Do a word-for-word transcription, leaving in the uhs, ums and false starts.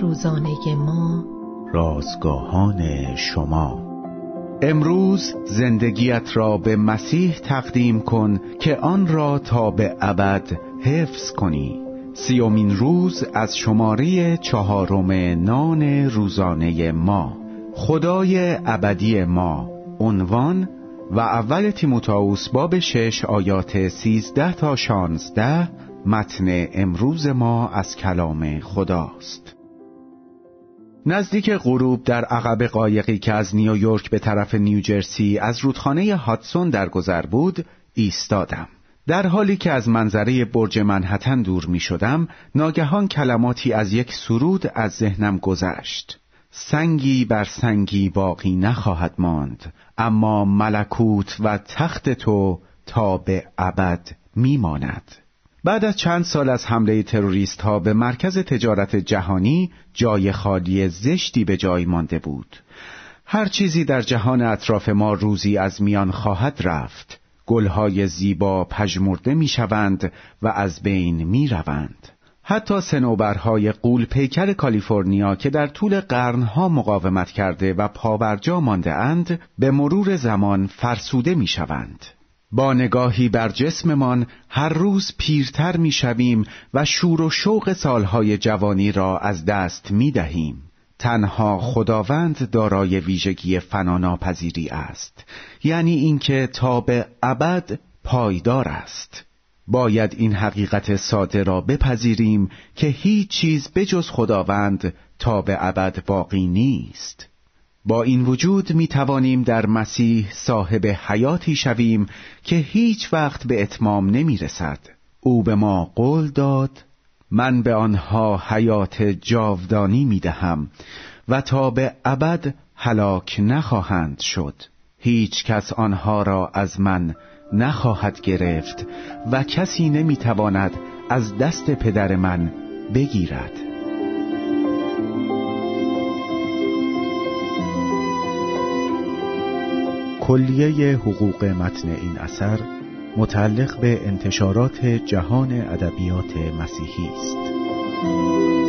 روزانه ما، رازگاهان شما. امروز زندگیت را به مسیح تقدیم کن که آن را تا به ابد حفظ کنی. سیومین روز از شماره چهارم نان روزانه ما. خدای ابدی ما. عنوان و اول تیموتائوس باب شش آیات سیزده تا شانزده. متن امروز ما از کلام خداست. نزدیک غروب در عقب قایقی که از نیویورک به طرف نیوجرسی از رودخانه هاتسون در گذر بود ایستادم. در حالی که از منظره برج منهتن دور می شدم، ناگهان کلماتی از یک سرود از ذهنم گذشت. سنگی بر سنگی باقی نخواهد ماند، اما ملکوت و تخت تو تا به ابد می ماند. بعد از چند سال از حمله تروریست ها به مرکز تجارت جهانی، جای خالی زشتی به جای مانده بود. هر چیزی در جهان اطراف ما روزی از میان خواهد رفت. گلهای زیبا پژمرده می شوند و از بین می روند. حتی صنوبرهای غول پیکر کالیفرنیا که در طول قرنها مقاومت کرده و پابرجا مانده اند، به مرور زمان فرسوده می شوند. با نگاهی بر جسممان هر روز پیرتر می شویم و شور و شوق سالهای جوانی را از دست می دهیم. تنها خداوند دارای ویژگی فناناپذیری است، یعنی اینکه تا به ابد پایدار است. باید این حقیقت ساده را بپذیریم که هیچ چیز بجز خداوند تا به ابد باقی نیست. با این وجود می توانیم در مسیح صاحب حیاتی شویم که هیچ وقت به اتمام نمی رسد. او به ما قول داد من به آنها حیات جاودانی می دهم و تا به ابد هلاک نخواهند شد. هیچ کس آنها را از من نخواهد گرفت و کسی نمی تواند از دست پدر من بگیرد. کلیه حقوق متن این اثر متعلق به انتشارات جهان ادبیات مسیحی است.